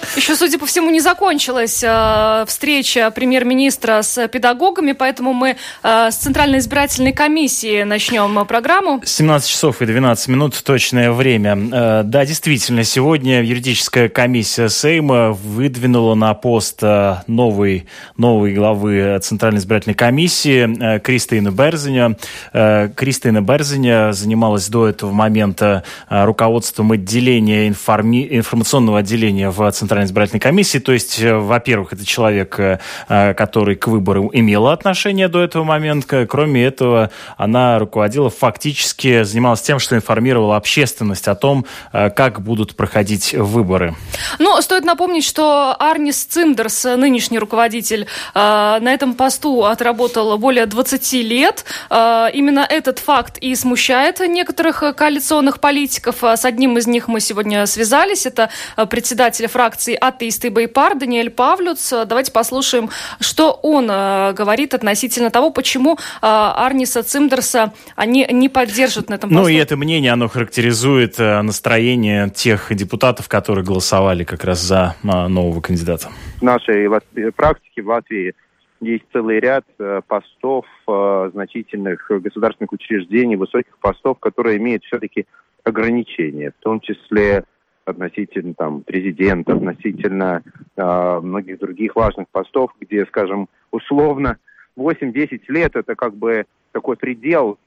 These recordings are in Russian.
Еще, судя по всему, не закончилась встреча премьер-министра с педагогами, поэтому мы с Центральной избирательной комиссии начнем программу. 17 часов и 12 минут точное время. Да, действительно, сегодня юридическая комиссия Сейма выдвинула на пост новой главы Центральной избирательной комиссии Кристину Берзиня. Кристина Берзиня занималась до этого момента руководством отделения информационного отделения в Центральной избирательной комиссии. То есть, во-первых, это человек, который к выбору имел отношение до этого момента. Кроме этого, она руководила, фактически занималась тем, что информировала общественность о том, как будут проходить выборы. Ну, стоит напомнить, что Арнис Циндерс, нынешний руководитель, на этом посту отработал более 20 лет. Именно этот факт и смущает некоторых коалиционных политиков. С одним из них мы сегодня связались. Это председатель фракции «Атеисты Байпар» Даниэль Павлюц. Давайте послушаем, что он говорит относительно того, почему Арниса Циндерса они не поддержат на этом посту. Ну и это мнение, оно характеризует настроение тех депутатов, которые голосовали как раз за нового кандидата. В нашей практике в Латвии есть целый ряд постов значительных государственных учреждений, высоких постов, которые имеют все-таки ограничения, в том числе относительно президента, относительно многих других важных постов, где, скажем, условно 8-10 лет это как бы такой предел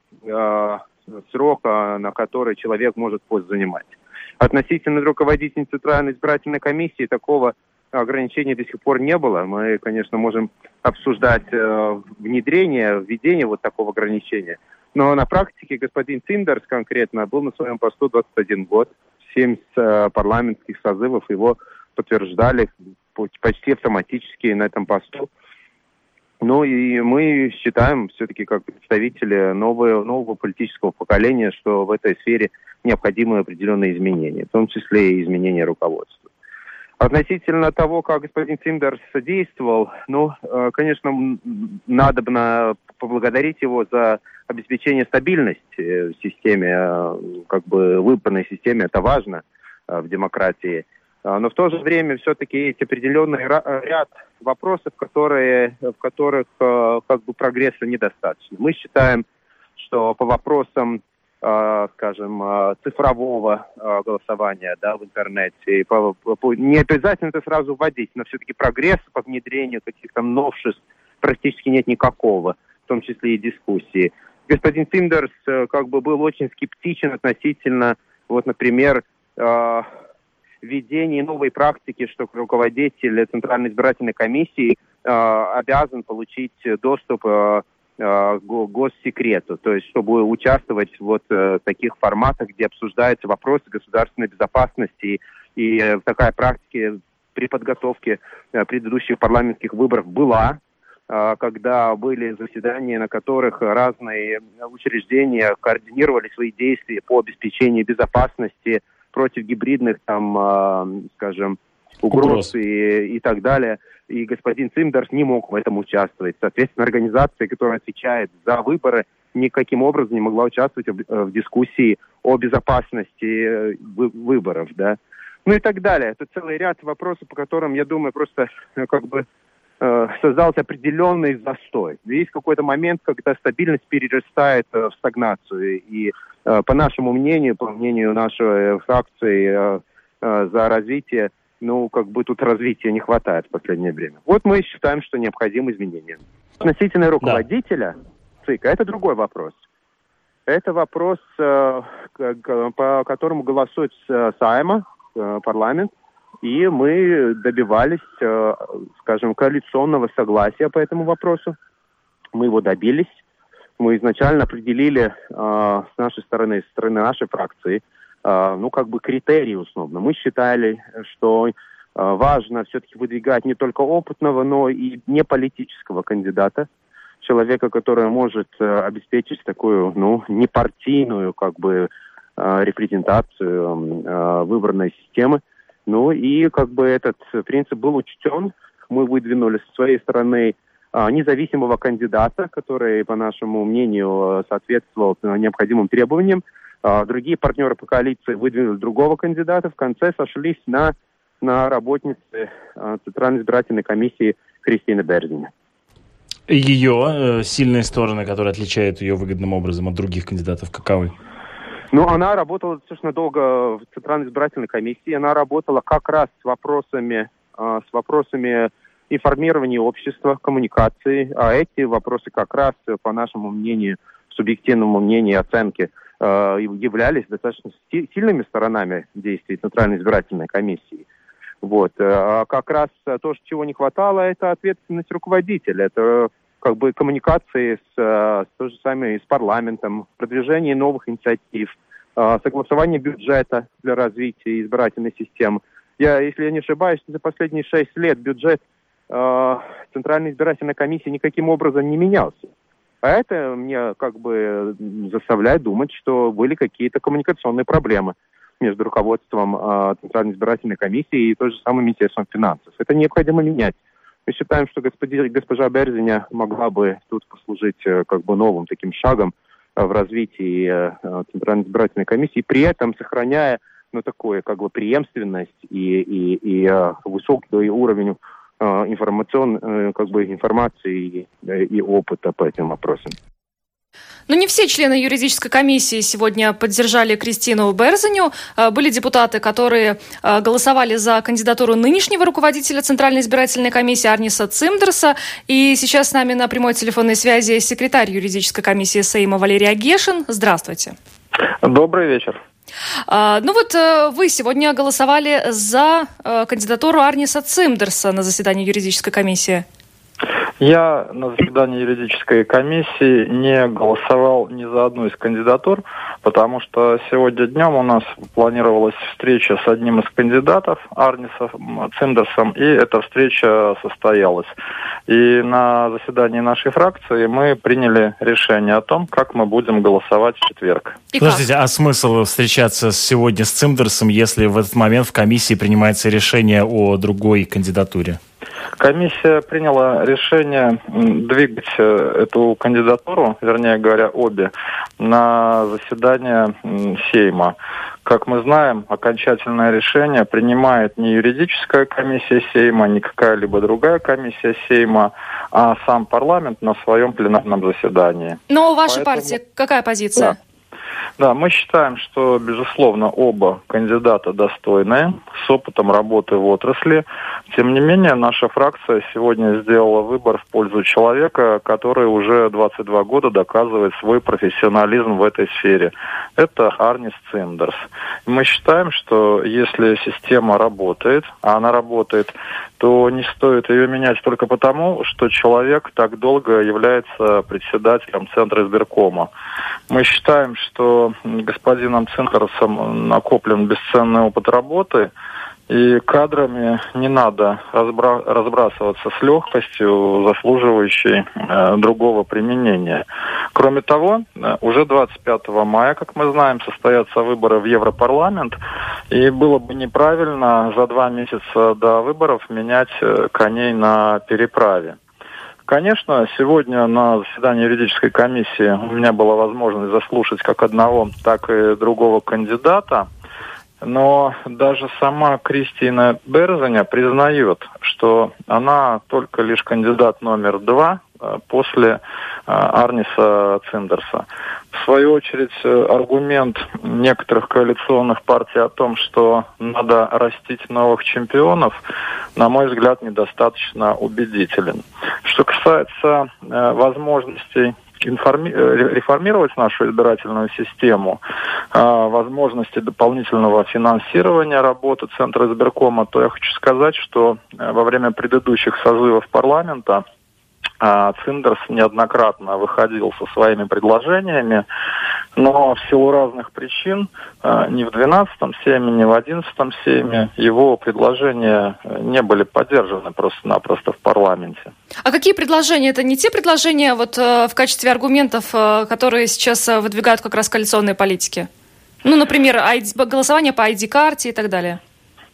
срока, на который человек может пост занимать. Относительно руководителя Центральной избирательной комиссии такого ограничений до сих пор не было. Мы, конечно, можем обсуждать введение вот такого ограничения. Но на практике господин Циндерс конкретно был на своем посту 21 год. 7 парламентских созывов его подтверждали почти автоматически на этом посту. Ну и мы считаем, все-таки как представители нового политического поколения, что в этой сфере необходимы определенные изменения, в том числе и изменения руководства. Относительно того, как господин Циндерс действовал, конечно, надо бы поблагодарить его за обеспечение стабильности в системе, выборной системе, это важно в демократии. Но в то же время все-таки есть определенный ряд вопросов, в которых прогресса недостаточно. Мы считаем, что по вопросам, цифрового голосования в интернете, не обязательно это сразу вводить, но все-таки прогресса по внедрению каких-то новшеств практически нет никакого, в том числе и дискуссии. Господин Циндерс был очень скептичен относительно, например, введение новой практики, что руководитель Центральной избирательной комиссии обязан получить доступ к госсекрету, то есть чтобы участвовать в таких форматах, где обсуждаются вопросы государственной безопасности. И такая практика при подготовке предыдущих парламентских выборов была, когда были заседания, на которых разные учреждения координировали свои действия по обеспечению безопасности против гибридных угроз и так далее. И господин Циндерс не мог в этом участвовать. Соответственно, организация, которая отвечает за выборы, никаким образом не могла участвовать в дискуссии о безопасности выборов, да. Ну и так далее. Это целый ряд вопросов, по которым, я думаю, просто создался определенный застой. Есть какой-то момент, когда стабильность перерастает в стагнацию. И по нашему мнению, по мнению нашей фракции за развитие, тут развития не хватает в последнее время. Вот мы считаем, что необходимы изменения. Относительно руководителя ЦИКа, это другой вопрос. Это вопрос, по которому голосует Сайма, парламент, и мы добивались, коалиционного согласия по этому вопросу. Мы его добились. Мы изначально определили с нашей стороны, с стороны нашей фракции, критерии условно. Мы считали, что важно все-таки выдвигать не только опытного, но и не политического кандидата, человека, который может обеспечить такую, непартийную, репрезентацию выборной системы. Этот принцип был учтен. Мы выдвинули с своей стороны независимого кандидата, который, по нашему мнению, соответствовал необходимым требованиям. Другие партнеры по коалиции выдвинули другого кандидата. В конце сошлись на на работнице Центральной избирательной комиссии Кристины Берзине. Ее сильные стороны, которые отличают ее выгодным образом от других кандидатов, каковы? Она работала достаточно долго в Центральной избирательной комиссии. Она работала как раз с вопросами информирования общества, коммуникации. А эти вопросы как раз, по нашему мнению, субъективному мнению и оценке, являлись достаточно сильными сторонами действий Центральной избирательной комиссии. А как раз то, чего не хватало, это ответственность руководителя. Это коммуникации с парламентом, продвижение новых инициатив, согласование бюджета для развития избирательной системы. Если я не ошибаюсь, за последние 6 лет бюджет Центральной избирательной комиссии никаким образом не менялся. А это мне заставляет думать, что были какие-то коммуникационные проблемы между руководством Центральной избирательной комиссии и той же самой Министерством финансов. Это необходимо менять. Мы считаем, что госпожа Берзиня могла бы тут послужить новым таким шагом в развитии Центральной избирательной комиссии, при этом сохраняя преемственность и высокий уровень информации и опыта по этим вопросам. Но не все члены юридической комиссии сегодня поддержали Кристину Берзиню. Были депутаты, которые голосовали за кандидатуру нынешнего руководителя Центральной избирательной комиссии Арниса Цимдерса. И сейчас с нами на прямой телефонной связи секретарь юридической комиссии Сейма Валерий Агешин. Здравствуйте. Добрый вечер. Вы сегодня голосовали за кандидатуру Арниса Цимдерса на заседании юридической комиссии. Я на заседании юридической комиссии не голосовал ни за одну из кандидатур, потому что сегодня днем у нас планировалась встреча с одним из кандидатов, Арнисом Цимдерсом, и эта встреча состоялась. И на заседании нашей фракции мы приняли решение о том, как мы будем голосовать в четверг. Подождите, а смысл встречаться сегодня с Цимдерсом, если в этот момент в комиссии принимается решение о другой кандидатуре? Комиссия приняла решение двигать эту кандидатуру, вернее говоря, обе, на заседание Сейма. Как мы знаем, окончательное решение принимает не юридическая комиссия Сейма, не какая-либо другая комиссия Сейма, а сам парламент на своем пленарном заседании. Но у вашей партии какая позиция? Да, мы считаем, что, безусловно, оба кандидата достойные, с опытом работы в отрасли. Тем не менее, наша фракция сегодня сделала выбор в пользу человека, который уже 22 года доказывает свой профессионализм в этой сфере. Это Арнис Цимдерс. Мы считаем, что если система работает, а она работает, то не стоит ее менять только потому, что человек так долго является председателем Центра избиркома. Мы считаем, что господином Цимдерсом накоплен бесценный опыт работы, и кадрами не надо разбрасываться с легкостью, заслуживающей другого применения. Кроме того, уже 25 мая, как мы знаем, состоятся выборы в Европарламент, и было бы неправильно за 2 месяца до выборов менять коней на переправе. Конечно, сегодня на заседании юридической комиссии у меня была возможность заслушать как одного, так и другого кандидата. Но даже сама Кристина Берзиня признает, что она только лишь кандидат номер 2 после Арниса Цимдерса. В свою очередь, аргумент некоторых коалиционных партий о том, что надо растить новых чемпионов, на мой взгляд, недостаточно убедителен. Что касается возможностей реформировать нашу избирательную систему, возможности дополнительного финансирования работы Центра избиркома, то я хочу сказать, что во время предыдущих созывов парламента Цимдерс неоднократно выходил со своими предложениями, но в силу разных причин ни в 12-м Сейме, ни в 11-м Сейме его предложения не были поддержаны просто-напросто в парламенте. А какие предложения? Это не те предложения в качестве аргументов, которые сейчас выдвигают как раз коалиционные политики? Например, голосование по ID-карте и так далее.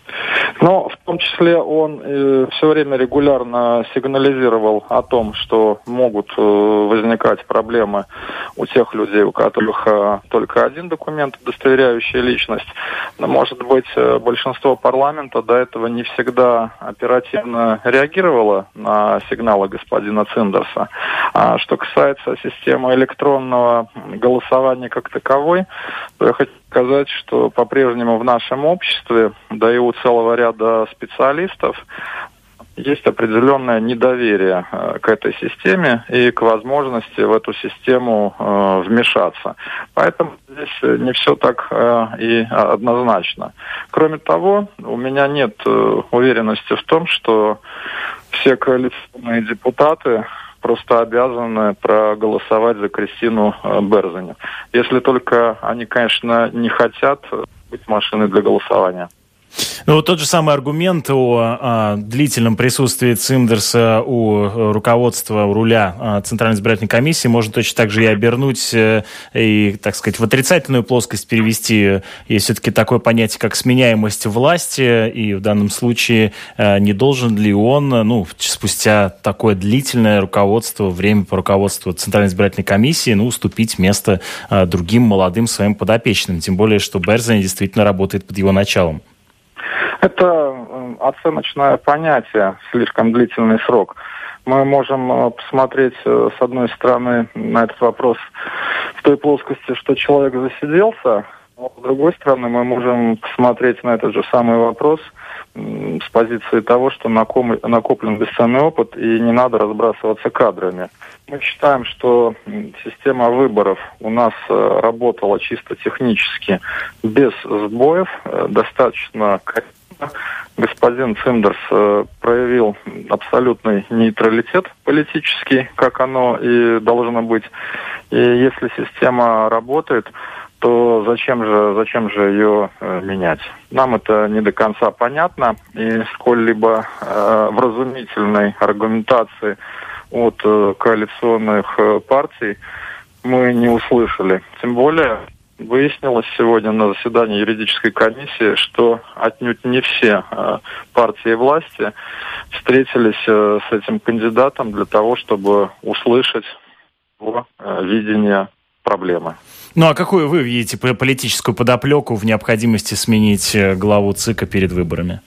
Но в том числе он все время регулярно сигнализировал о том, что могут возникать проблемы у тех людей, у которых только один документ, удостоверяющий личность. Но, может быть, большинство парламента до этого не всегда оперативно реагировало на сигналы господина Циндерса. А что касается системы электронного голосования как таковой, то я хочу сказать, что по-прежнему в нашем обществе, да и у целого ряда специалистов, есть определенное недоверие к этой системе и к возможности в эту систему вмешаться. Поэтому здесь не все так и однозначно. Кроме того, у меня нет уверенности в том, что все коалиционные депутаты просто обязаны проголосовать за Кристину Берзинь. Если только они, конечно, не хотят быть машиной для голосования. Ну, вот тот же самый аргумент о длительном присутствии Циндерса у руководства, у руля Центральной избирательной комиссии можно точно так же и обернуть и, так сказать, в отрицательную плоскость перевести. Есть все-таки такое понятие, как сменяемость власти, и в данном случае не должен ли он, спустя такое длительное руководство, время по руководству Центральной избирательной комиссии, уступить место другим молодым своим подопечным. Тем более, что Берзинь действительно работает под его началом. Это оценочное понятие, слишком длительный срок. Мы можем посмотреть, с одной стороны, на этот вопрос в той плоскости, что человек засиделся, а с другой стороны, мы можем посмотреть на этот же самый вопрос с позиции того, что накоплен бесценный опыт и не надо разбрасываться кадрами. Мы считаем, что система выборов у нас работала чисто технически, без сбоев, достаточно корректно. Господин Циндерс проявил абсолютный нейтралитет политический, как оно и должно быть. И если система работает, то зачем же ее менять? Нам это не до конца понятно, и сколь-либо вразумительной аргументации от коалиционных партий мы не услышали. Тем более выяснилось сегодня на заседании юридической комиссии, что отнюдь не все партии власти встретились с этим кандидатом для того, чтобы услышать его видение проблемы. Ну а какую вы видите политическую подоплеку в необходимости сменить главу ЦИКа перед выборами?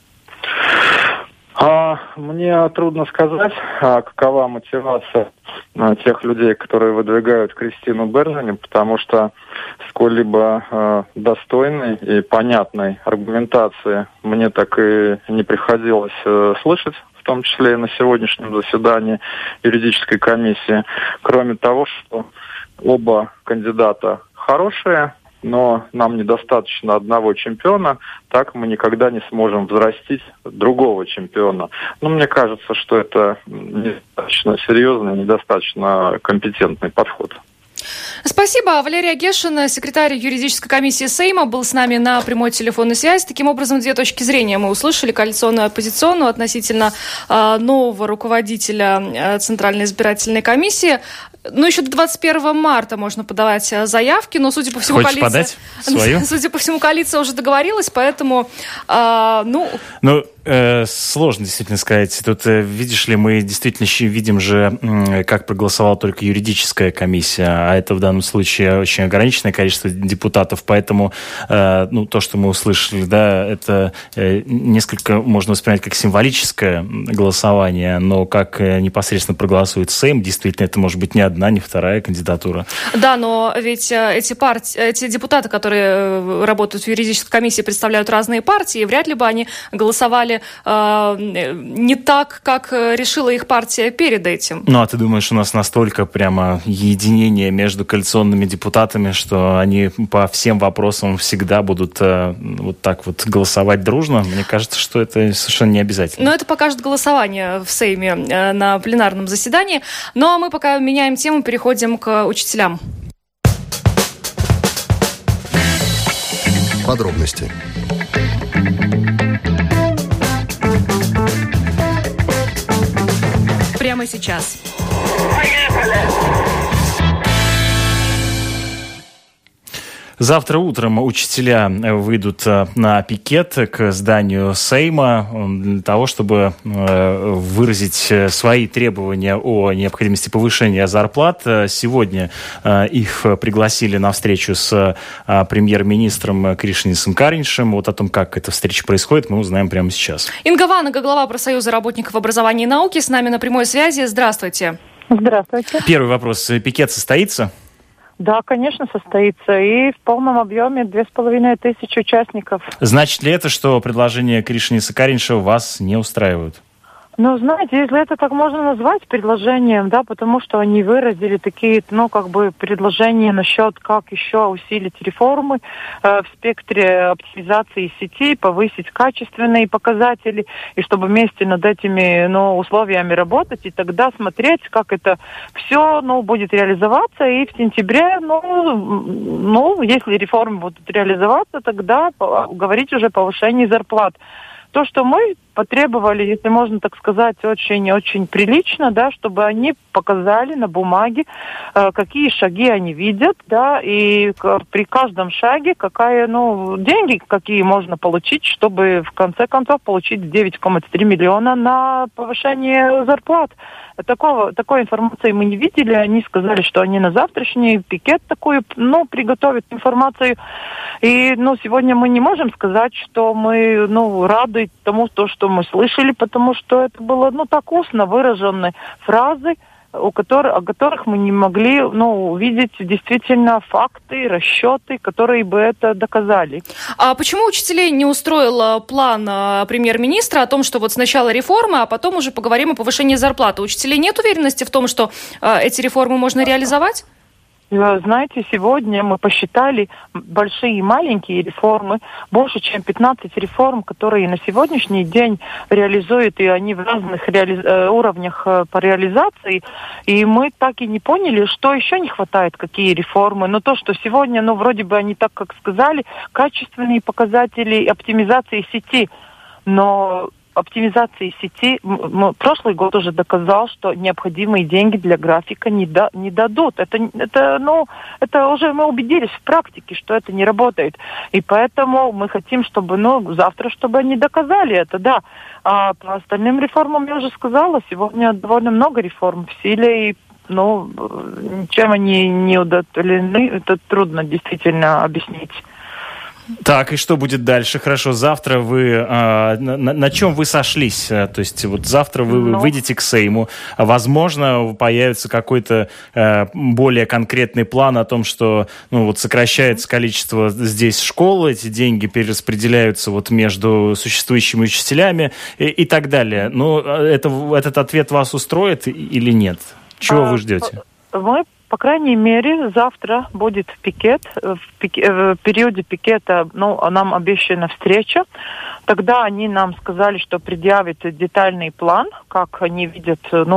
Мне трудно сказать, какова мотивация тех людей, которые выдвигают Кристину Берзинь, потому что сколь-либо достойной и понятной аргументации мне так и не приходилось слышать, в том числе и на сегодняшнем заседании юридической комиссии. Кроме того, что оба кандидата хорошие, но нам недостаточно одного чемпиона, так мы никогда не сможем взрастить другого чемпиона. Но мне кажется, что это недостаточно серьезный, недостаточно компетентный подход. Спасибо. Валерий Агешин, секретарь юридической комиссии Сейма, был с нами на прямой телефонной связи. Таким образом, две точки зрения мы услышали: коалиционную и оппозиционную, относительно нового руководителя Центральной избирательной комиссии. Еще до 21 марта можно подавать заявки, но, судя по всему, Хочешь подать свою? Судя по всему, коалиция уже договорилась, поэтому, сложно действительно сказать. Тут, видишь ли, мы действительно видим же, как проголосовала только юридическая комиссия, а это в данном случае очень ограниченное количество депутатов, поэтому то, что мы услышали, да, это несколько можно воспринять как символическое голосование, но как непосредственно проголосует Сейм, действительно, это может быть не одна, не вторая кандидатура. Да, но ведь эти депутаты, которые работают в юридической комиссии, представляют разные партии, и вряд ли бы они голосовали не так, как решила их партия перед этим. Ну, а ты думаешь, у нас настолько прямо единение между коалиционными депутатами, что они по всем вопросам всегда будут вот так вот голосовать дружно? Мне кажется, что это совершенно не обязательно. Но это покажет голосование в Сейме на пленарном заседании. Ну, а мы пока меняем тему, переходим к учителям. Подробности. Прямо сейчас. Завтра утром учителя выйдут на пикет к зданию Сейма для того, чтобы выразить свои требования о необходимости повышения зарплат. Сегодня их пригласили на встречу с премьер-министром Кришнисом Кариньшем. Вот о том, как эта встреча происходит, мы узнаем прямо сейчас. Инга Ванага, глава профсоюза работников образования и науки, с нами на прямой связи. Здравствуйте. Здравствуйте. Первый вопрос. Пикет состоится? Да, конечно, состоится. И в полном объеме 2500 участников. Значит ли это, что предложения Кришниса Кариньша вас не устраивают? Ну, знаете, если это так можно назвать предложением, да, потому что они выразили такие, предложения насчет, как еще усилить реформы в спектре оптимизации сети, повысить качественные показатели, и чтобы вместе над этими, условиями работать, и тогда смотреть, как это все, будет реализоваться, и в сентябре, если реформы будут реализоваться, тогда говорить уже о повышении зарплат. То, что мы потребовали, если можно так сказать, очень-очень прилично, да, чтобы они показали на бумаге, какие шаги они видят, да, и при каждом шаге деньги какие можно получить, чтобы в конце концов получить 9,3 миллиона на повышение зарплат. Такой информации мы не видели. Они сказали, что они на завтрашний пикет такую, приготовят информацию. И, сегодня мы не можем сказать, что мы, рады тому, что мы слышали, потому что это было, так устно выраженные фразы, о которых мы не могли, увидеть действительно факты, расчеты, которые бы это доказали. А почему учителей не устроил план премьер-министра о том, что вот сначала реформы, а потом уже поговорим о повышении зарплаты? У учителей нет уверенности в том, что эти реформы можно реализовать? Знаете, сегодня мы посчитали большие и маленькие реформы, больше, чем 15 реформ, которые на сегодняшний день реализуют, и они в разных уровнях по реализации. И мы так и не поняли, что еще не хватает, какие реформы. Но то, что сегодня, вроде бы они так, как сказали, качественные показатели оптимизации сети. Но оптимизации сети прошлый год уже доказал, что необходимые деньги для графика не дадут. Это уже мы убедились в практике, что это не работает. И поэтому мы хотим, чтобы завтра, чтобы они доказали это, да. А по остальным реформам я уже сказала, сегодня довольно много реформ в силе, и чем они не удовлетворены, это трудно действительно объяснить. Так, и что будет дальше? Хорошо, завтра вы... на чем вы сошлись? То есть вот завтра вы выйдете к Сейму. Возможно, появится какой-то более конкретный план о том, что сокращается количество здесь школ, эти деньги перераспределяются между существующими учителями и так далее. Этот ответ вас устроит или нет? Чего вы ждете? По крайней мере, завтра будет пикет. В периоде пикета нам обещана встреча. Тогда они нам сказали, что предъявят детальный план, как они видят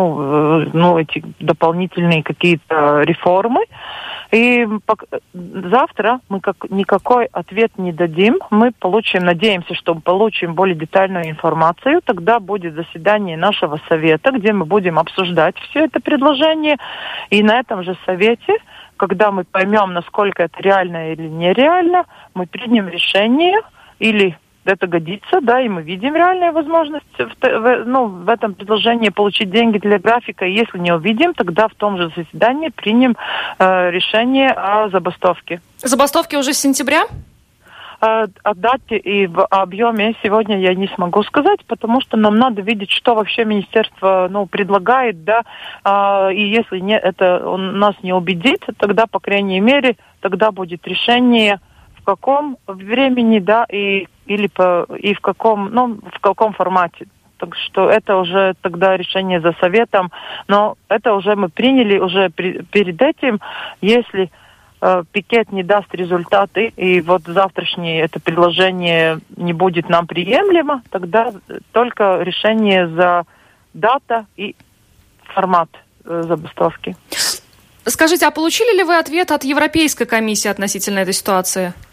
эти дополнительные какие-то реформы. И завтра мы никакой ответ не дадим. Мы надеемся, что получим более детальную информацию. Тогда будет заседание нашего совета, где мы будем обсуждать все это предложение. И на этом же совете, когда мы поймем, насколько это реально или нереально, мы примем решение, или это годится, да, и мы видим реальную возможность в этом предложении получить деньги для графика. И если не увидим, тогда в том же заседании примем решение о забастовке. Забастовки уже с сентября? О дате и в объеме сегодня я не смогу сказать, потому что нам надо видеть, что вообще министерство предлагает, да, и если это нас не убедит, тогда, по крайней мере, тогда будет решение, в каком времени, да, и в каком формате. Так что это уже тогда решение за советом, но это уже мы приняли уже перед этим, если пикет не даст результаты, и завтрашнее это предложение не будет нам приемлемо, тогда только решение за дата и формат забастовки. Скажите, а получили ли вы ответ от Европейской комиссии относительно этой ситуации?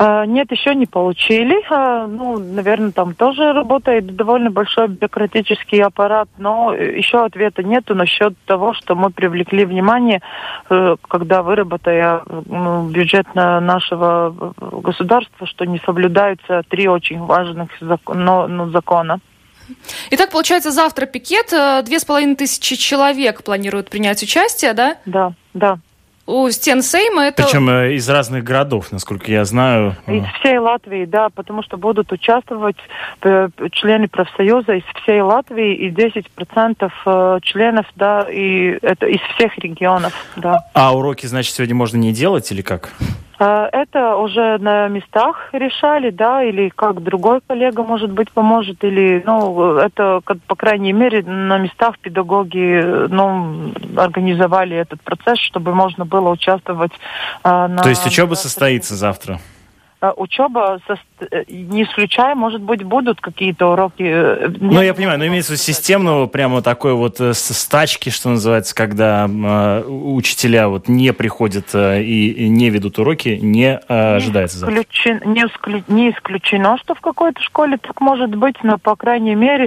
Нет, еще не получили. Наверное, там тоже работает довольно большой бюрократический аппарат, но еще ответа нету насчет того, что мы привлекли внимание, когда выработая бюджет нашего государства, что не соблюдаются 3 очень важных закона. Итак, получается, завтра пикет, 2500 человек планируют принять участие, да? Да. У стен Сейма это... Причем из разных городов, насколько я знаю. Из всей Латвии, да, потому что будут участвовать члены профсоюза из всей Латвии и 10% членов, да, и это из всех регионов, да. А уроки, значит, сегодня можно не делать или как? Это уже на местах решали, да, или как другой коллега, может быть, поможет, или, это, по крайней мере, на местах педагоги, организовали этот процесс, чтобы можно было участвовать. То есть учеба состоится завтра? Учеба, не исключая, может быть, будут какие-то уроки. Я понимаю, но имеется в виду системного, прямо такой вот стачки, что называется, когда учителя не приходят и не ведут уроки, не ожидается завтра. Не исключено, что в какой-то школе так может быть, но, по крайней мере,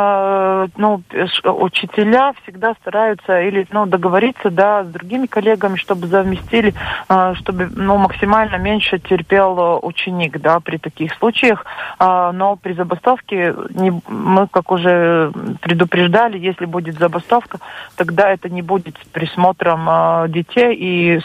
учителя всегда стараются или договориться, да, с другими коллегами, чтобы совместили, чтобы максимально меньше терпел ученик, да, при таких случаях, но при забастовке мы, как уже предупреждали, если будет забастовка, тогда это не будет с присмотром детей и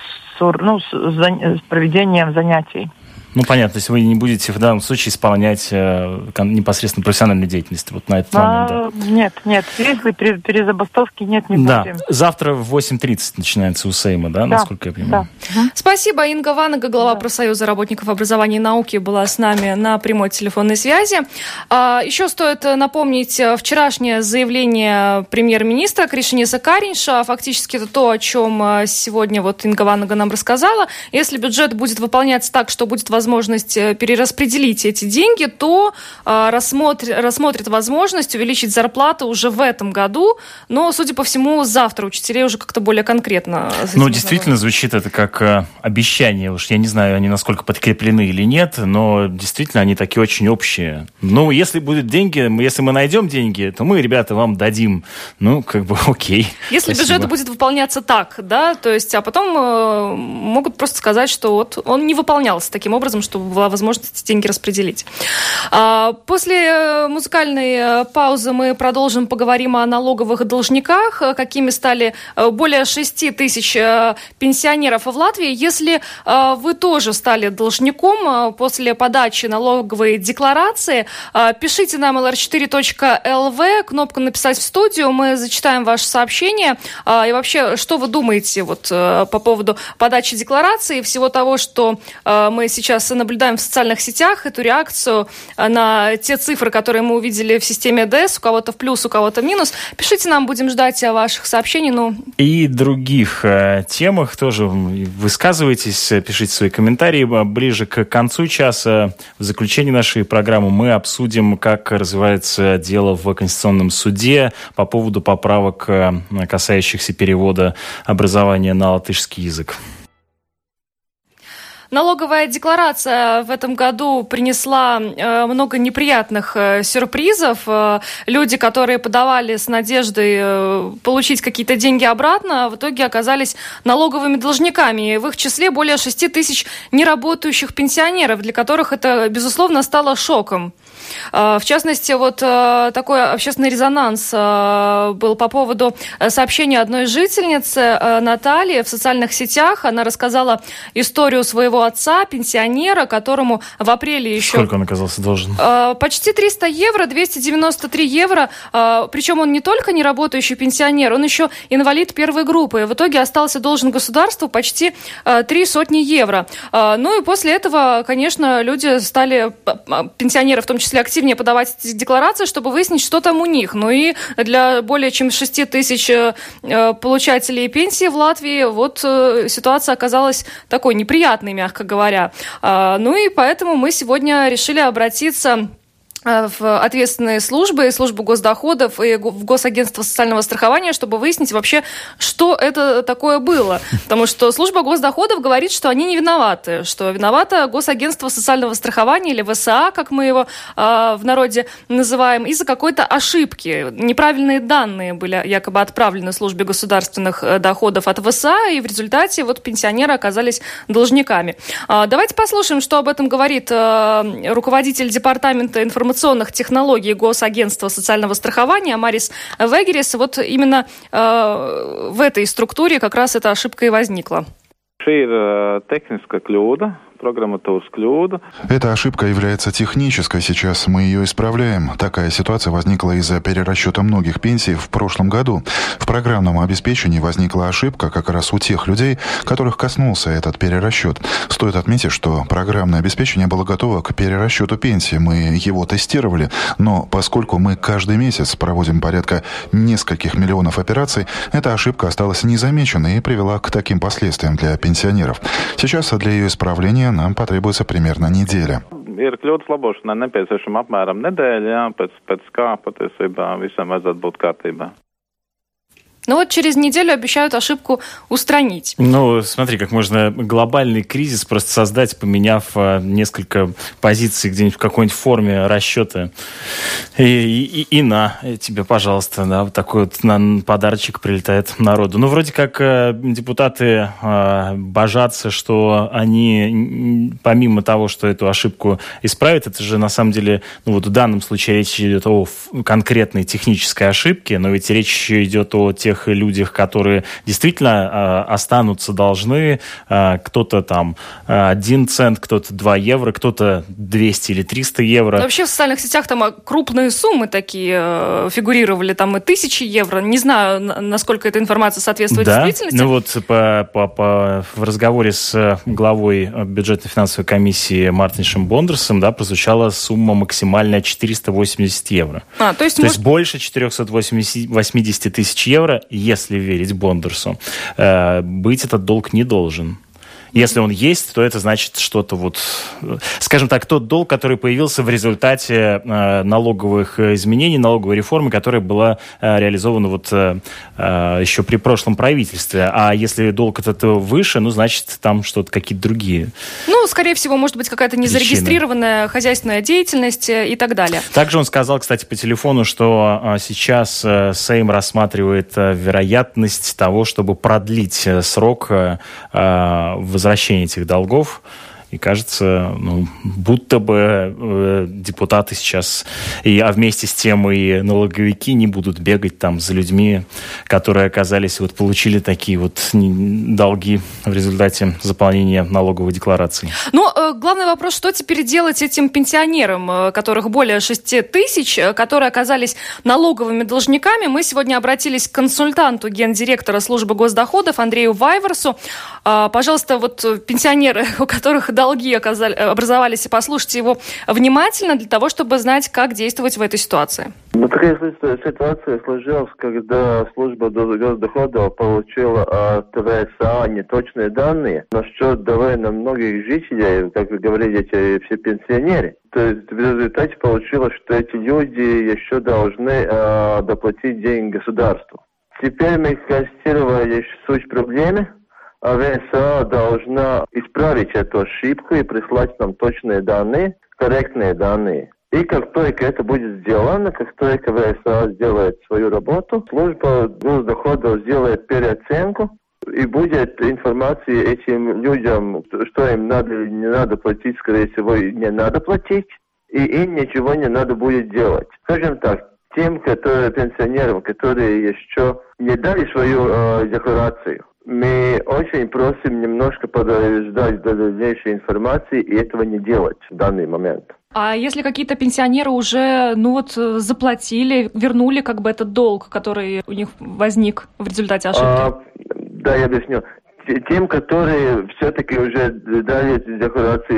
с проведением занятий. Понятно, то есть вы не будете в данном случае исполнять непосредственно профессиональную деятельность вот на этот момент, да? Нет. Если при забастовке не будем. Да. Завтра в 8:30 начинается у Сейма, да, насколько я понимаю? Да. Спасибо. Инга Ванага, глава профсоюза работников образования и науки, была с нами на прямой телефонной связи. Еще стоит напомнить вчерашнее заявление премьер-министра Кришиниса Кариньша. Фактически это то, о чем сегодня Инга Ванага нам рассказала. Если бюджет будет выполняться так, что будет возможность перераспределить эти деньги, то рассмотрит возможность увеличить зарплату уже в этом году, но, судя по всему, завтра учителей уже как-то более конкретно. Действительно звучит это как обещание. Уж я не знаю, они насколько подкреплены или нет, но действительно они такие очень общие. Если будут деньги, если мы найдем деньги, то мы, ребята, вам дадим. Окей. Если бюджет будет выполняться так, да, то есть, а потом могут просто сказать, что он не выполнялся таким образом, чтобы была возможность эти деньги распределить. После музыкальной паузы мы продолжим, поговорим о налоговых должниках, какими стали более 6 тысяч пенсионеров в Латвии. Если вы тоже стали должником после подачи налоговой декларации, пишите нам lr4.lv, кнопку «Написать в студию», мы зачитаем ваше сообщение. И вообще, что вы думаете по поводу подачи декларации и всего того, что мы сейчас наблюдаем в социальных сетях, эту реакцию на те цифры, которые мы увидели в системе ДЭС, у кого-то в плюс, у кого-то в минус. Пишите нам, будем ждать ваших сообщений. И других темах тоже высказывайтесь, пишите свои комментарии. Ближе к концу часа, в заключении нашей программы, мы обсудим, как развивается дело в Конституционном суде по поводу поправок, касающихся перевода образования на латышский язык. Налоговая декларация в этом году принесла много неприятных сюрпризов. Люди, которые подавали с надеждой получить какие-то деньги обратно, в итоге оказались налоговыми должниками. И в их числе более 6 тысяч неработающих пенсионеров, для которых это, безусловно, стало шоком. В частности, такой общественный резонанс был по поводу сообщения одной жительницы, Натальи, в социальных сетях. Она рассказала историю своего отца, пенсионера, которому в апреле еще... Сколько он оказался должен? Почти 300 евро, 293 евро. Причем он не только неработающий пенсионер, он еще инвалид первой группы. В итоге остался должен государству почти 300 евро. И после этого, конечно, люди стали, пенсионеры в том числе, активнее подавать эти декларации, чтобы выяснить, что там у них. И для более чем 6 тысяч получателей пенсии в Латвии ситуация оказалась такой неприятной, мягко говоря. И поэтому мы сегодня решили обратиться в ответственные службы, службу госдоходов и в Госагентство социального страхования, чтобы выяснить вообще, что это такое было. Потому что служба госдоходов говорит, что они не виноваты, что виновато Госагентство социального страхования или ВСА, как мы его в народе называем, из-за какой-то ошибки. Неправильные данные были якобы отправлены службе государственных доходов от ВСА, и в результате вот пенсионеры оказались должниками. Давайте послушаем, что об этом говорит руководитель департамента информационных технологий Госагентства социального страхования Марис Вегерис. Вот именно в этой структуре как раз эта ошибка и возникла. Эта ошибка является технической, сейчас мы ее исправляем. Такая ситуация возникла из-за перерасчета многих пенсий в прошлом году. В программном обеспечении возникла ошибка как раз у тех людей, которых коснулся этот перерасчет. Стоит отметить, что программное обеспечение было готово к перерасчету пенсии. Мы его тестировали, но поскольку мы каждый месяц проводим порядка нескольких миллионов операций, эта ошибка осталась незамеченной и привела к таким последствиям для пенсионеров. Сейчас для ее исправления нам потребуется примерно неделя. Ir kļūdas labošanai nepieciešama apmēram nedēļa, pēc kā patiesībā visam vajadzētu būt kārtībā. Ну вот через неделю обещают ошибку устранить. Ну, смотри, как можно глобальный кризис просто создать, поменяв несколько позиций где-нибудь в какой-нибудь форме расчета. И на тебе, пожалуйста, да, вот такой вот подарочек прилетает народу. Ну, вроде как депутаты божатся, что они, помимо того, что эту ошибку исправят, это же на самом деле, ну вот в данном случае речь идет о конкретной технической ошибке, но ведь речь еще идет о тех людях, которые действительно останутся должны. Кто-то там 1 цент, кто-то 2 евро, кто-то 200 или 300 евро. Но вообще в социальных сетях там крупные суммы такие фигурировали, там и 1000 евро. Не знаю, насколько эта информация соответствует действительности. Ну вот в разговоре с главой бюджетно-финансовой комиссии Мартиншем Бондерсом, да, прозвучала сумма максимальная 480 евро. То есть больше 480 тысяч евро, если верить Бондерсу, быть этот долг не должен. Если он есть, то это значит что-то вот, скажем так, тот долг, который появился в результате налоговых изменений, налоговой реформы, которая была реализована вот еще при прошлом правительстве. А если долг от этого выше, ну, значит, там что-то, какие-то другие. Ну, скорее всего, может быть, какая-то незарегистрированная хозяйственная деятельность и так далее. Также он сказал, кстати, по телефону, что сейчас Сейм рассматривает вероятность того, чтобы продлить срок возвращения этих долгов. И кажется, будто бы депутаты сейчас, а вместе с тем и налоговики не будут бегать там за людьми, которые оказались, вот получили такие вот долги в результате заполнения налоговой декларации. Ну, главный вопрос, что теперь делать этим пенсионерам, которых более 6 тысяч, которые оказались налоговыми должниками. Мы сегодня обратились к консультанту гендиректора службы госдоходов Андрею Вайверсу. Пожалуйста, вот пенсионеры, у которых долги образовались, послушайте его внимательно для того, чтобы знать, как действовать в этой ситуации. Такая ситуация сложилась, когда служба госдоходов получила от ВСА неточные данные насчет довольно многих жителей, как вы говорили, эти все пенсионеры. То есть в результате получилось, что эти люди еще должны доплатить деньги государству. Теперь мы констатировали суть проблемы. А ВСА должна исправить эту ошибку и прислать нам точные данные, корректные данные. И как только это будет сделано, как только ВСА сделает свою работу, служба госдоходов сделает переоценку, и будет информация этим людям, что им надо или не надо платить, скорее всего, не надо платить, и им ничего не надо будет делать. Скажем так, тем пенсионерам, которые еще не дали свою декларацию, мы очень просим немножко подождать до дальнейшей информации и этого не делать в данный момент. А если какие-то пенсионеры уже, заплатили, вернули как бы этот долг, который у них возник в результате ошибки? Да, я объясню. Тем, которые все-таки уже дали декларации,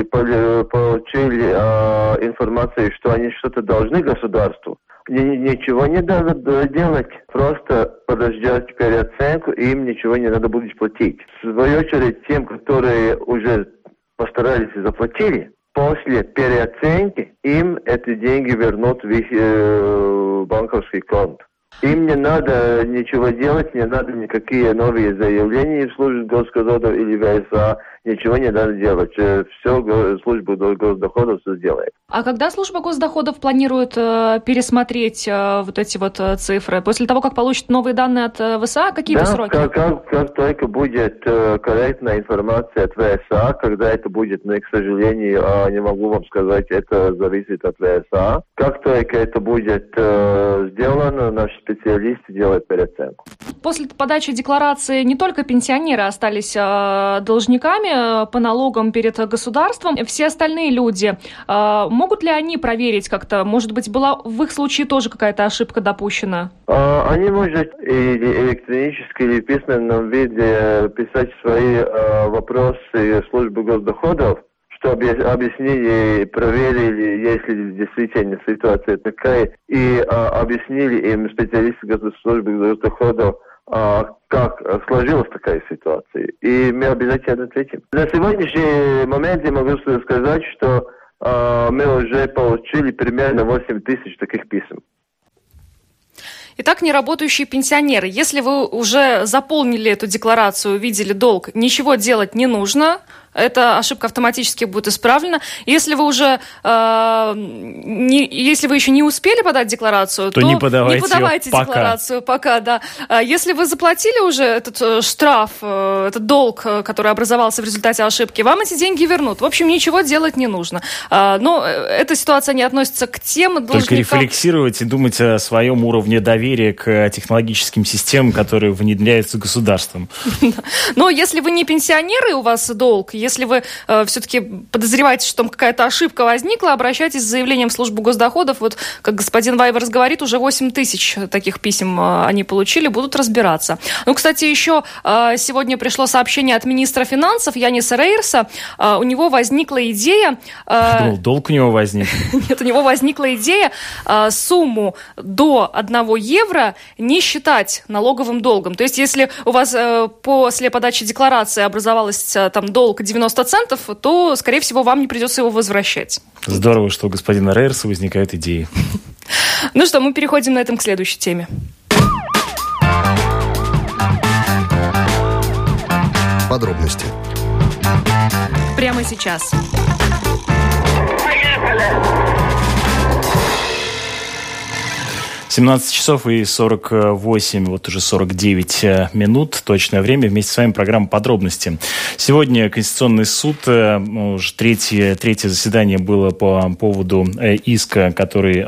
получили информацию, что они что-то должны государству, ничего не надо делать, просто подождать переоценку, и им ничего не надо будет платить. В свою очередь, тем, которые уже постарались и заплатили, после переоценки им эти деньги вернут в их банковский конт. Им не надо ничего делать, не надо никакие новые заявления в службе госдоходов или ВСА, ничего не надо делать. Все служба госдоходов все сделает. А когда служба госдоходов планирует пересмотреть вот эти вот цифры? После того, как получит новые данные от ВСА, какие-то сроки? Как только будет корректная информация от ВСА, когда это будет, но, к сожалению, не могу вам сказать, это зависит от ВСА. Как только это будет сделано, наши специалисты делают переоценку. После подачи декларации не только пенсионеры остались должниками по налогам перед государством. Все остальные люди, могут ли они проверить как-то? Может быть, была в их случае тоже какая-то ошибка допущена? Они могут или электронически, или в письменном виде писать свои вопросы в службу госдоходов, чтобы объяснили, проверили, если действительно ситуация такая, и объяснили им специалисты службы госдоходов, как сложилась такая ситуация. И мы обязательно ответим. На сегодняшний момент я могу сказать, что мы уже получили примерно 8 тысяч таких писем. Итак, неработающие пенсионеры, если вы уже заполнили эту декларацию, увидели долг, ничего делать не нужно. Эта ошибка автоматически будет исправлена. Если вы уже, если вы еще не успели подать декларацию, то не подавайте декларацию пока, да. Если вы заплатили уже этот штраф, этот долг, который образовался в результате ошибки, вам эти деньги вернут. В общем, ничего делать не нужно. Но эта ситуация не относится к тем должникам. Только рефлексировать и думать о своем уровне доверия к технологическим системам, которые внедряются государством. Но если вы не пенсионеры, у вас долг, если вы все-таки подозреваете, что там какая-то ошибка возникла, обращайтесь с заявлением в службу госдоходов. Вот, как господин Вайверс говорит, уже 8 тысяч таких писем они получили, будут разбираться. Ну, кстати, еще сегодня пришло сообщение от министра финансов Яниса Рейерса. У него возникла идея... Долг у него возник. Нет, у него возникла идея сумму до 1 евро не считать налоговым долгом. То есть, если у вас после подачи декларации образовался там долг 90 центов, то, скорее всего, вам не придется его возвращать. Здорово, что у господина Рейерса возникают идеи. Ну что, мы переходим на этом к следующей теме. Подробности. Прямо сейчас. 17 часов и 48, вот уже 49 минут, точное время. Вместе с вами программа «Подробности». Сегодня Конституционный суд, уже третье заседание было по поводу иска, который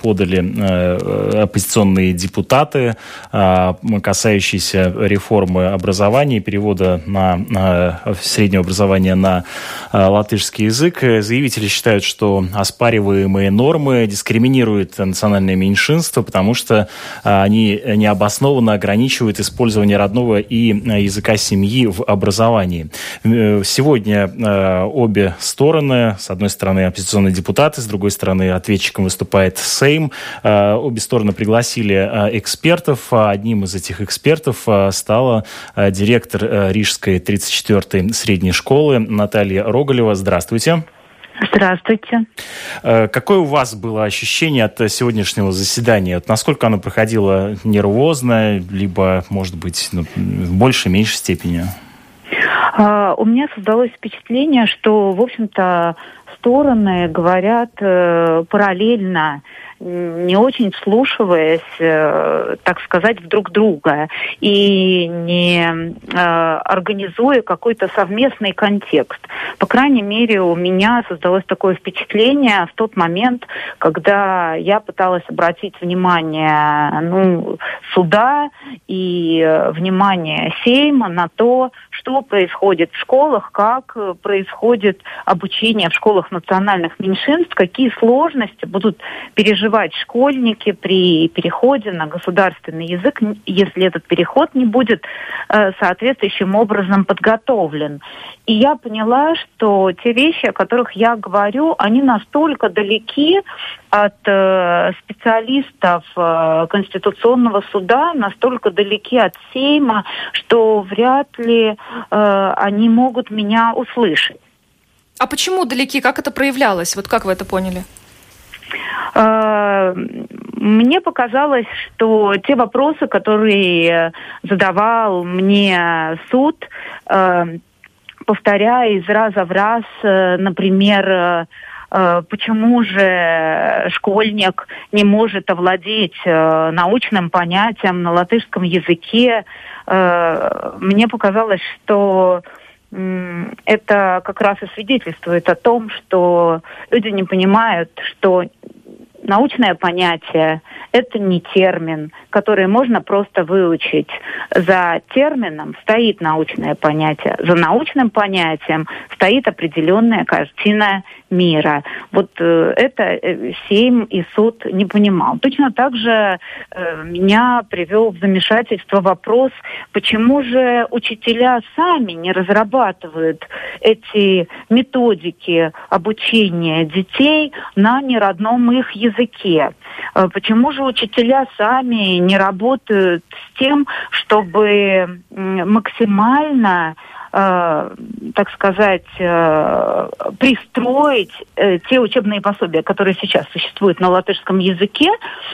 подали оппозиционные депутаты, касающийся реформы образования и перевода среднего образования на латышский язык. Заявители считают, что оспариваемые нормы дискриминируют национальное меньшинство, потому что они необоснованно ограничивают использование родного и языка семьи в образовании. Сегодня обе стороны, с одной стороны оппозиционные депутаты, с другой стороны ответчиком выступает Сейм. Обе стороны пригласили экспертов. Одним из этих экспертов стала директор Рижской 34-й средней школы Наталья Роголева. Здравствуйте. Здравствуйте. Какое у вас было ощущение от сегодняшнего заседания? Насколько оно проходило нервозно, либо, может быть, в большей, меньшей степени? У меня создалось впечатление, что, в общем-то, стороны говорят параллельно, не очень вслушиваясь, так сказать, в друг друга и не организуя какой-то совместный контекст. По крайней мере, у меня создалось такое впечатление в тот момент, когда я пыталась обратить внимание суда и внимание Сейма на то, что происходит в школах, как происходит обучение в школах национальных меньшинств, какие сложности будут переживать школьники при переходе на государственный язык, если этот переход не будет соответствующим образом подготовлен. И я поняла, что те вещи, о которых я говорю, они настолько далеки от специалистов Конституционного суда, настолько далеки от Сейма, что вряд ли они могут меня услышать. А почему далеки? Как это проявлялось? Вот как вы это поняли? Мне показалось, что те вопросы, которые задавал мне суд, повторяя из раза в раз, например, почему же школьник не может овладеть научным понятием на латышском языке, мне показалось, что это как раз и свидетельствует о том, что люди не понимают, что научное понятие – это не термин, который можно просто выучить. За термином стоит научное понятие. За научным понятием стоит определенная картина мира. Вот это Сейм и суд не понимал. Точно так же меня привел в замешательство вопрос, почему же учителя сами не разрабатывают эти методики обучения детей на неродном их языке. Почему же учителя сами не работают с тем, чтобы максимально, так сказать, пристроить те учебные пособия, которые сейчас существуют на латышском языке,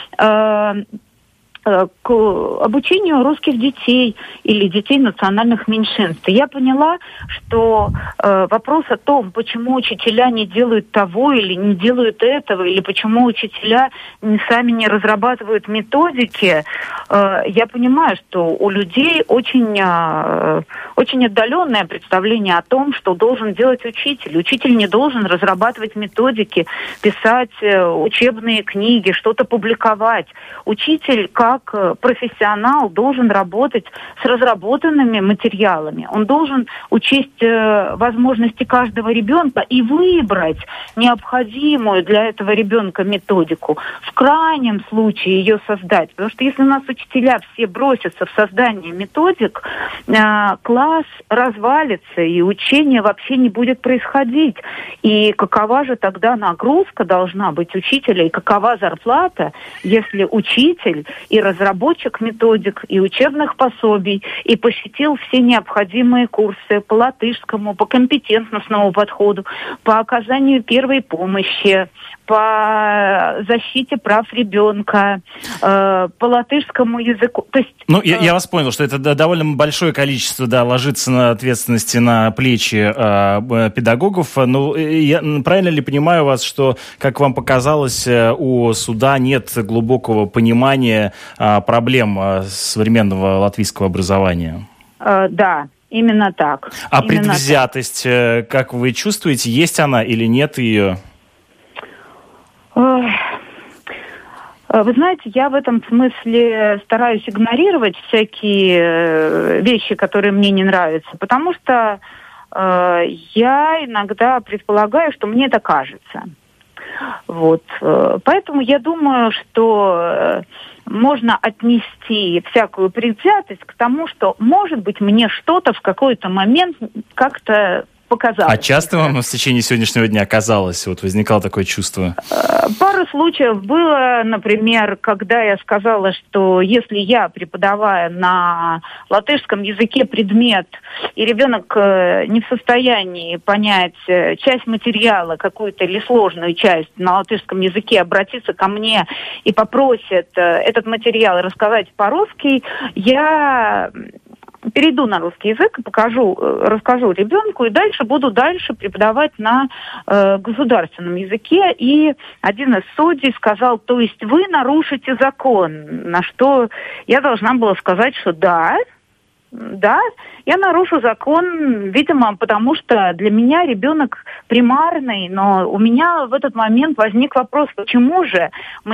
к обучению русских детей или детей национальных меньшинств. И я поняла, что вопрос о том, почему учителя не делают того или не делают этого, или почему учителя сами не разрабатывают методики, я понимаю, что у людей очень отдаленное представление о том, что должен делать учитель. Учитель не должен разрабатывать методики, писать учебные книги, что-то публиковать. Учитель, как профессионал, должен работать с разработанными материалами. Он должен учесть возможности каждого ребенка и выбрать необходимую для этого ребенка методику. В крайнем случае ее создать. Потому что если у нас учителя все бросятся в создание методик, класс развалится, и учение вообще не будет происходить. И какова же тогда нагрузка должна быть учителя, и какова зарплата, если учитель и разработчик методик, и учебных пособий, и посетил все необходимые курсы по латышскому, по компетентностному подходу, по оказанию первой помощи, по защите прав ребенка, по латышскому языку. То есть, я вас понял, что это довольно большое количество, ложится на ответственности на плечи педагогов. Правильно ли понимаю вас, что, как вам показалось, у суда нет глубокого понимания проблем современного латвийского образования? Да. Именно так. А предвзятость, как вы чувствуете, есть она или нет ее? Вы знаете, я в этом смысле стараюсь игнорировать всякие вещи, которые мне не нравятся, потому что я иногда предполагаю, что мне это кажется. Вот. Поэтому я думаю, что можно отнести всякую предвзятость к тому, что, может быть, мне что-то в какой-то момент как-то показалось. А часто вам в течение сегодняшнего дня казалось, возникало такое чувство? Пару случаев было, например, когда я сказала, что если я, преподавая на латышском языке предмет, и ребенок не в состоянии понять часть материала, какую-то или сложную часть на латышском языке, обратиться ко мне и попросит этот материал рассказать по-русски, я перейду на русский язык и расскажу ребенку, и буду дальше преподавать на государственном языке. И один из судей сказал, то есть вы нарушите закон, на что я должна была сказать, что да, я нарушу закон, видимо, потому что для меня ребенок примарный, но у меня в этот момент возник вопрос, почему же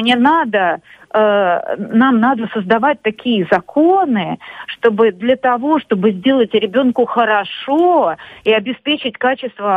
нам надо создавать такие законы, для того, чтобы сделать ребенку хорошо и обеспечить качество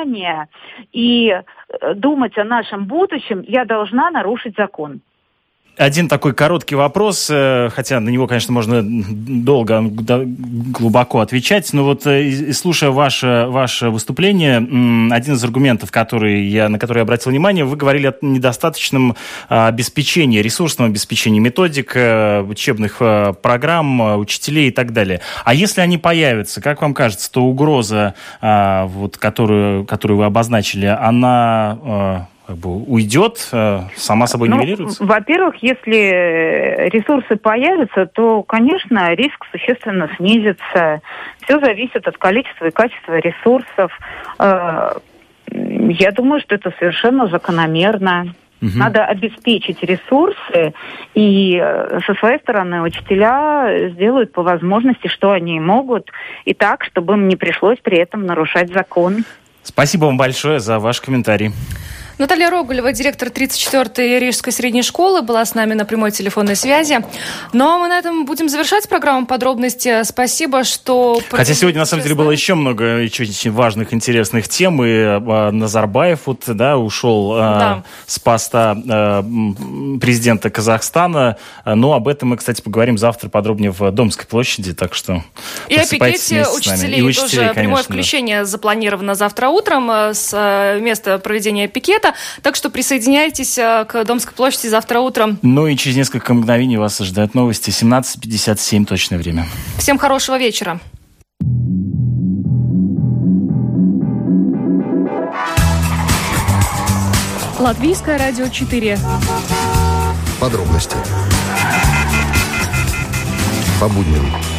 образования и думать о нашем будущем, я должна нарушить закон. Один такой короткий вопрос, хотя на него, конечно, можно долго, глубоко отвечать, но вот слушая ваше выступление, один из аргументов, на который я обратил внимание, вы говорили о недостаточном обеспечении, ресурсном обеспечении методик, учебных программ, учителей и так далее. А если они появятся, как вам кажется, то угроза, которую вы обозначили, она уйдет, сама собой нивелируется? Во-первых, если ресурсы появятся, то, конечно, риск существенно снизится. Все зависит от количества и качества ресурсов. Я думаю, что это совершенно закономерно. Надо обеспечить ресурсы, и со своей стороны учителя сделают по возможности, что они могут, и так, чтобы им не пришлось при этом нарушать закон. Спасибо вам большое за ваш комментарий. Наталья Роголева, директор 34-й Рижской средней школы, была с нами на прямой телефонной связи. Но мы на этом будем завершать программу «Подробности». Спасибо, что... Хотя сегодня, на самом деле, было еще много очень важных, интересных тем. И Назарбаев ушел с поста президента Казахстана. Но об этом мы, кстати, поговорим завтра подробнее в Домской площади. Так что и о пикете учителей. И тоже, конечно, прямое включение запланировано завтра утром с места проведения пикета. Так что присоединяйтесь к Домской площади завтра утром. Ну и через несколько мгновений вас ожидают новости. 17:57 точное время. Всем хорошего вечера. Латвийское радио 4. Подробности по будням.